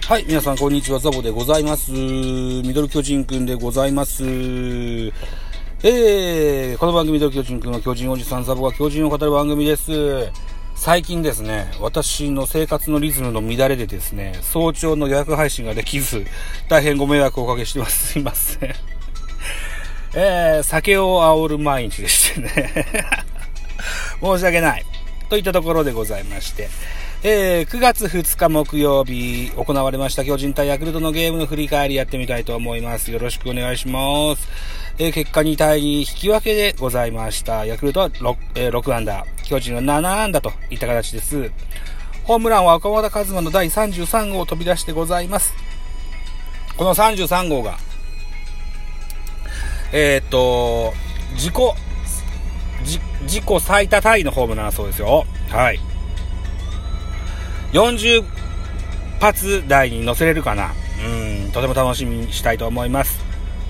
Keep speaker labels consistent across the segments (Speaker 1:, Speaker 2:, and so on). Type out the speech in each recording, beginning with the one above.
Speaker 1: はい、皆さんこんにちは、ザボでございます。ミドル巨人くんでございます。この番組ミドル巨人くんは巨人おじさんザボが巨人を語る番組です。最近ですね、私の生活のリズムの乱れでですね、早朝の予約配信ができず、大変ご迷惑をおかけしてます。すいません。酒を煽る毎日でしてね。申し訳ない。といったところでございまして、9月2日木曜日行われました巨人対ヤクルトのゲームの振り返りやってみたいと思います。よろしくお願いします。結果2対2引き分けでございました。ヤクルトは 6安打、巨人は7安打といった形です。ホームランは岡本和真の第33号飛び出してございます。この33号が、自己最多タイのホームランだそうですよ。はい。40発台に乗せれるかな。とても楽しみにしたいと思います。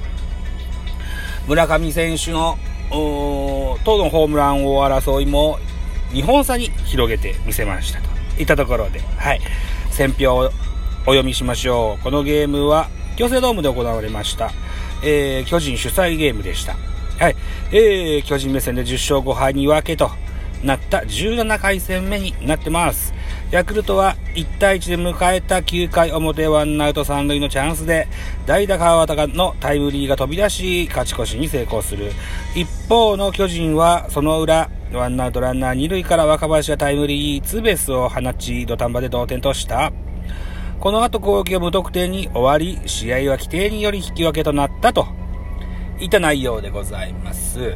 Speaker 1: 村上選手のとのホームラン王争いも2本差に広げてみせましたといったところで、はい、選評をお読みしましょう。このゲームは京セラドームで行われました、巨人主催ゲームでした。はい、巨人目線で10勝5敗に分けとなった17回戦目になってます。ヤクルトは1対1で迎えた9回表ワンアウト3塁のチャンスで代打川端のタイムリーが飛び出し勝ち越しに成功する。一方の巨人はその裏ワンアウトランナー2塁から若林がタイムリーツーベースを放ち土壇場で同点とした。この後攻撃は無得点に終わり試合は規定により引き分けとなったといった内容でございます。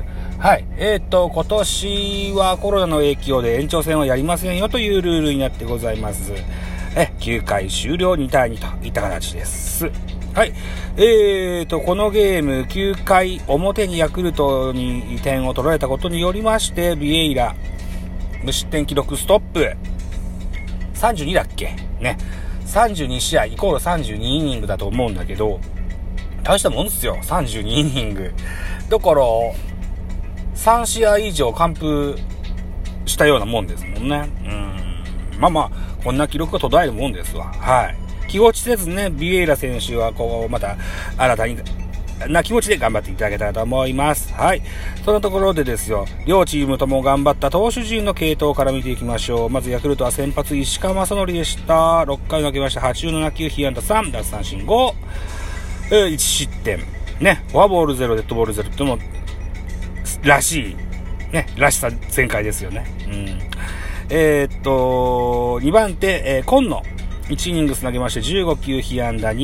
Speaker 1: はい。今年はコロナの影響で延長戦はやりませんよというルールになってございます。9回終了2対2といった形です。はい。このゲーム9回表にヤクルトに点を取られたことによりまして、ビエイラ、無失点記録ストップ。32だっけね。32試合イコール32イニングだと思うんだけど、大したもんですよ。32イニング。だから、3試合以上完封したようなもんですもんね。まあ、こんな記録が途絶えるもんですわ。はい。気落ちせずね、ビエイラ選手はまた新たな気持ちで頑張っていただけたらと思います。はい。そのところでですよ、両チームとも頑張った投手陣の系統から見ていきましょう。まずヤクルトは先発石川雅則でした。6回投げました。87球、被安打3、奪三振5。1失点。ね、フォアボール0、デッドボール0っても、らしさ全開ですよね。2番手、今野。1イニングス投げまして15球、被安打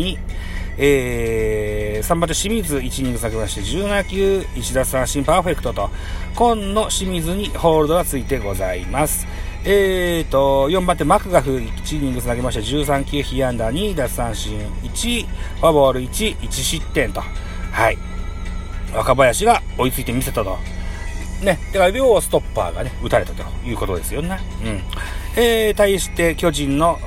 Speaker 1: 2。3番手清水、1イニングス投げまして17球、1奪三振パーフェクトと、今野、清水にホールドがついてございます。4番手マクガフ、1イニングス投げまして13球、被安打2、奪三振1、フォアボール1、1失点と。はい。若林が追いついてみせたと。ね。だから両ストッパーがね、打たれたということですよね。対して巨人の、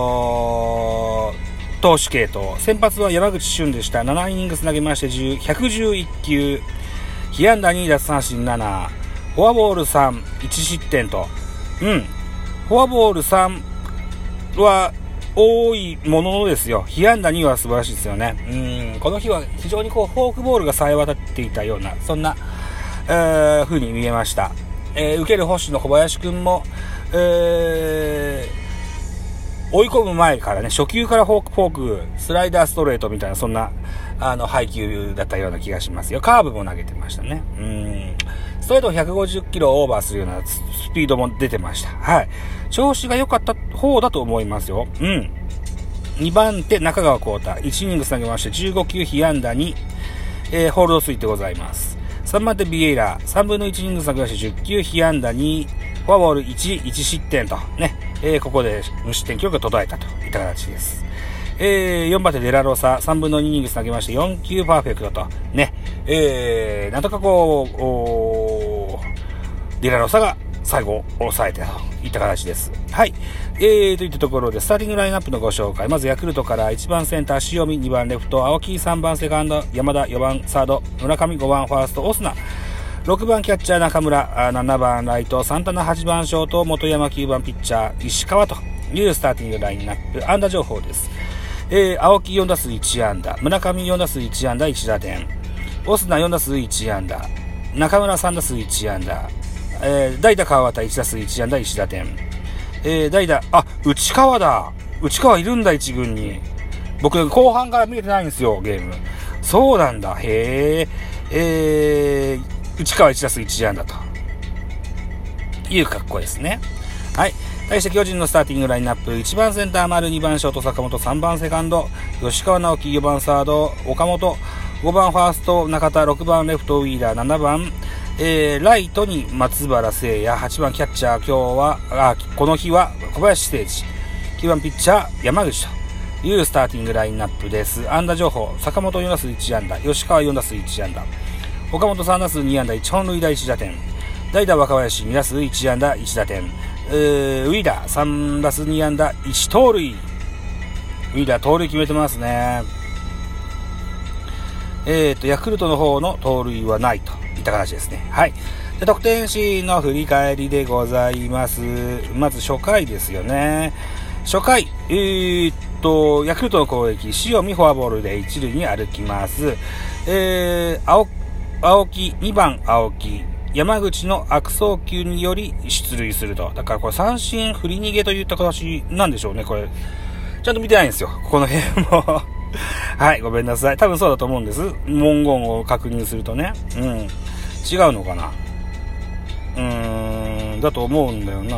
Speaker 1: 投手系統。先発は山口俊でした。7イニングス投げまして111球。被安打2、奪三振7。フォアボール3、1失点と。フォアボール3は多いもののですよ。被安打2は素晴らしいですよね。この日は非常にフォークボールが冴え渡っていたような、そんな、風に見えました。受ける捕手の小林くんも、追い込む前からね、初球からフォーク、スライダーストレートみたいな、そんな、配球だったような気がしますよ。カーブも投げてましたね。ストレート150キロオーバーするようなスピードも出てました。はい。調子が良かった方だと思いますよ。2番手、中川幸太。1イニング投げまして15球、被安打2、ホールドついてございます。3番手、ビエイラ。3分の1イニング投げまして10球、被安打2、フォアボール1、1失点と。ね。ここで無失点記録が途絶えたといった形です。4番手デラロサ、3分の2イニング投げまして4球パーフェクトと。ね。なんとかデラロサが最後抑えてといった形です。はい。といったところでスターティングラインナップのご紹介。まずヤクルトから1番センター塩見、2番レフト青木、3番セカンド山田、4番サード村上、5番ファーストオスナ、6番キャッチャー中村、7番ライトサンタナ、8番ショート本山、9番ピッチャー石川というスターティングラインナップ。安打情報です。 青木4打数1安打、村上4打数1安打1打点、オスナ4打数1安打、中村3打数1安打、代打川端1打数1安打1打点、代打、内川だ。内川いるんだ、一軍に。僕、後半から見れてないんですよ、ゲーム。そうなんだ。へえ。内川1打数1安打という格好ですね。はい。対して巨人のスターティングラインナップ、1番センター丸、2番ショート坂本、3番セカンド吉川直樹、4番サード岡本、5番ファースト中田、6番レフトウィーラー、7番、ライトに松原聖也、8番キャッチャーこの日は小林誠司、9番ピッチャー山口というスターティングラインナップです。安打情報、坂本4打数1安打、吉川4打数1安打、岡本3打数2安打1本塁打1打点、代打若林2打数1安打1打点、ウィーラー3打数2安打1盗塁、ウィーラー盗塁決めてますね。ヤクルトの方の盗塁はないといった形ですね。はい。で、得点シーンの振り返りでございます。まず初回ですよね。初回、ヤクルトの攻撃、塩見フォアボールで一塁に歩きます。青木、2番青木、山口の悪送球により出塁すると。だからこれ三振振り逃げといった形なんでしょうね、これ。ちゃんと見てないんですよ、この辺も。はい、ごめんなさい。多分そうだと思うんです。文言を確認するとね。違うのかな。だと思うんだよな。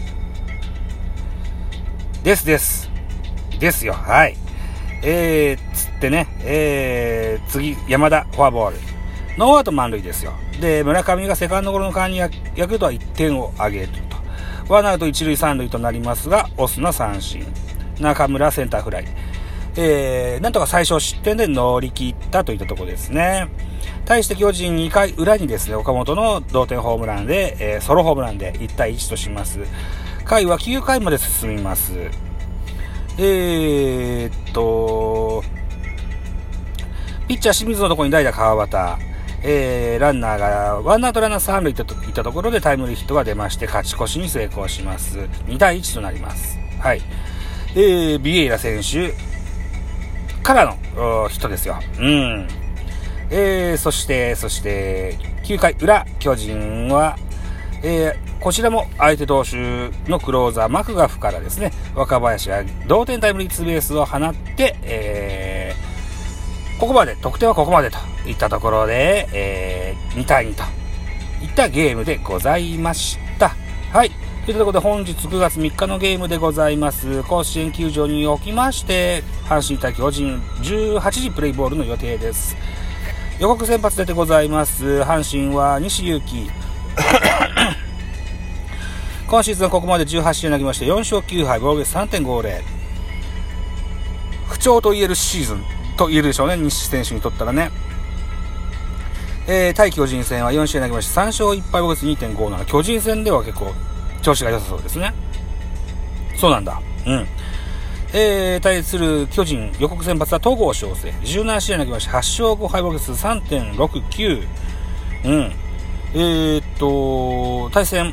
Speaker 1: ですよ。はい。つってね、次、山田、フォアボール。ノーアウト満塁ですよ。で、村上がセカンドゴロの間にヤクルトは1点を挙げると。ワンアウト1塁3塁となりますが、オスナ三振。中村センターフライ。なんとか最小失点で乗り切ったといったところですね。対して巨人2回裏にですね、岡本の同点ホームランで、ソロホームランで1対1とします。回は9回まで進みます。ピッチャー清水のところに代打川端、ランナーがワンアウトランナー3塁といったところでタイムリーヒットが出まして勝ち越しに成功します。2対1となります。はい。ビエイラ選手からのヒットですよ。そして9回裏巨人は、こちらも相手投手のクローザーマクガフからですね、若林が同点タイムリーツーベースを放って、ここまで得点はここまでといったところで、2対2といったゲームでございました。はい。というところで本日9月3日のゲームでございます。甲子園球場におきまして阪神対巨人18時プレイボールの予定です。予告先発出てございます。阪神は西勇輝今シーズンここまで18試合投げまして4勝9敗防御率 3.50、 不調と言えるシーズンと言えるでしょうね、西選手にとったらね。対巨人戦は4試合投げまして3勝1敗防御率 2.57、 巨人戦では結構調子が良さそうですね。そうなんだ。対する巨人予告先発は戸郷翔征、17試合投げまして8勝5敗防御率 3.69。対戦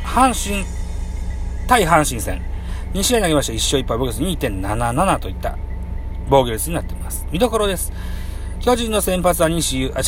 Speaker 1: 対阪神戦2試合投げまして1勝1敗防御率 2.77 といった防御率になっています。見どころです。阪神の先発は西勇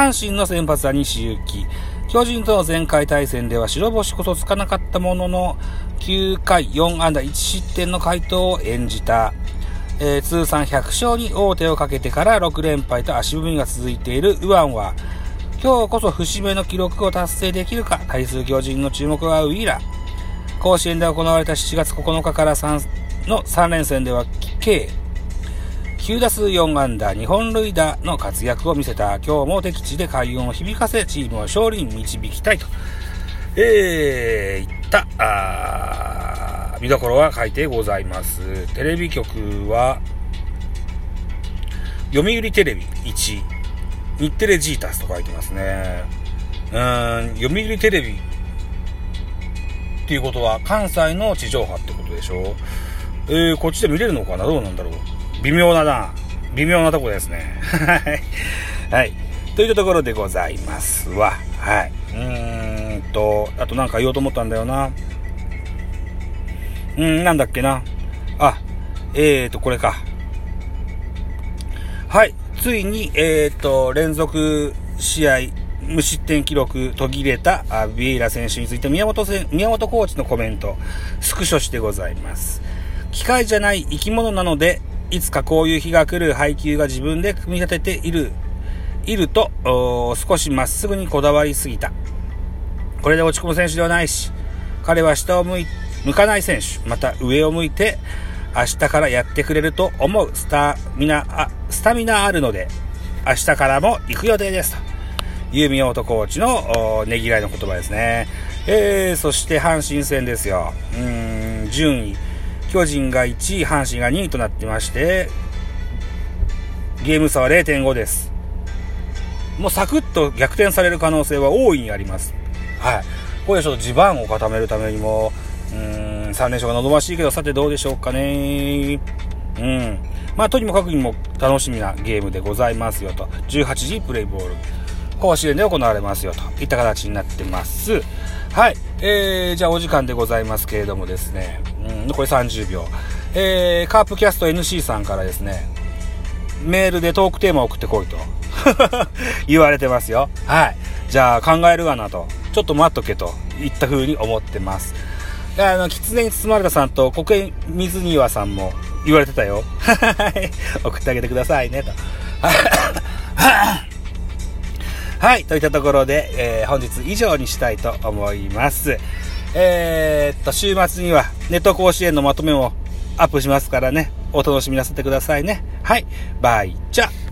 Speaker 1: 輝。巨人との前回対戦では白星こそつかなかったものの9回4安打1失点の快投を演じた。通算100勝に王手をかけてから6連敗と足踏みが続いている右腕は今日こそ節目の記録を達成できるか。対する巨人の注目はウィーラー。甲子園で行われた7月9日からの3連戦では計9打数4安打2本塁打の活躍を見せた。今日も敵地で快音を響かせチームを勝利に導きたいと、いった見どころは書いてございます。テレビ局は読売テレビ1、日テレジータスと書いてますね。読売テレビっていうことは関西の地上波ってことでしょ。こっちで見れるのかな、どうなんだろう。微妙なとこですね。はい。といったところでございますわ。はい。あとなんか言おうと思ったんだよな。なんだっけな。これか。 はい。ついに、連続試合、無失点記録途切れたビエイラ選手について宮本コーチのコメント、スクショしてございます。機械じゃない生き物なので、いつかこういう日が来る配球が自分で組み立てていると、少しまっすぐにこだわりすぎた。これで落ち込む選手ではないし、彼は下を向かない選手、また上を向いて、明日からやってくれると思うスタミナあるので、明日からも行く予定です。という宮本コーチのねぎらいの言葉ですね。そして阪神戦ですよ。順位。巨人が1位、阪神が2位となってまして、ゲーム差は 0.5 です。もうサクッと逆転される可能性は大いにあります。はい。これでちょっと地盤を固めるためにも、3連勝が望ましいけど、さてどうでしょうかね。まあ、とにもかくにも楽しみなゲームでございますよと。18時プレイボール。甲子園で行われますよといった形になってます。はい。じゃあお時間でございますけれどもですね。残り30秒。カープキャスト NC さんからですね、メールでトークテーマを送ってこいと言われてますよ。はい。じゃあ考えるがなと。ちょっと待っとけといった風に思ってます。狐に包まれたさんと国営水庭さんも言われてたよ。送ってあげてくださいねと。はい、といったところで、本日以上にしたいと思います。週末にはネット甲子園のまとめをアップしますからね、お楽しみなさってくださいね。はい、バイチャ。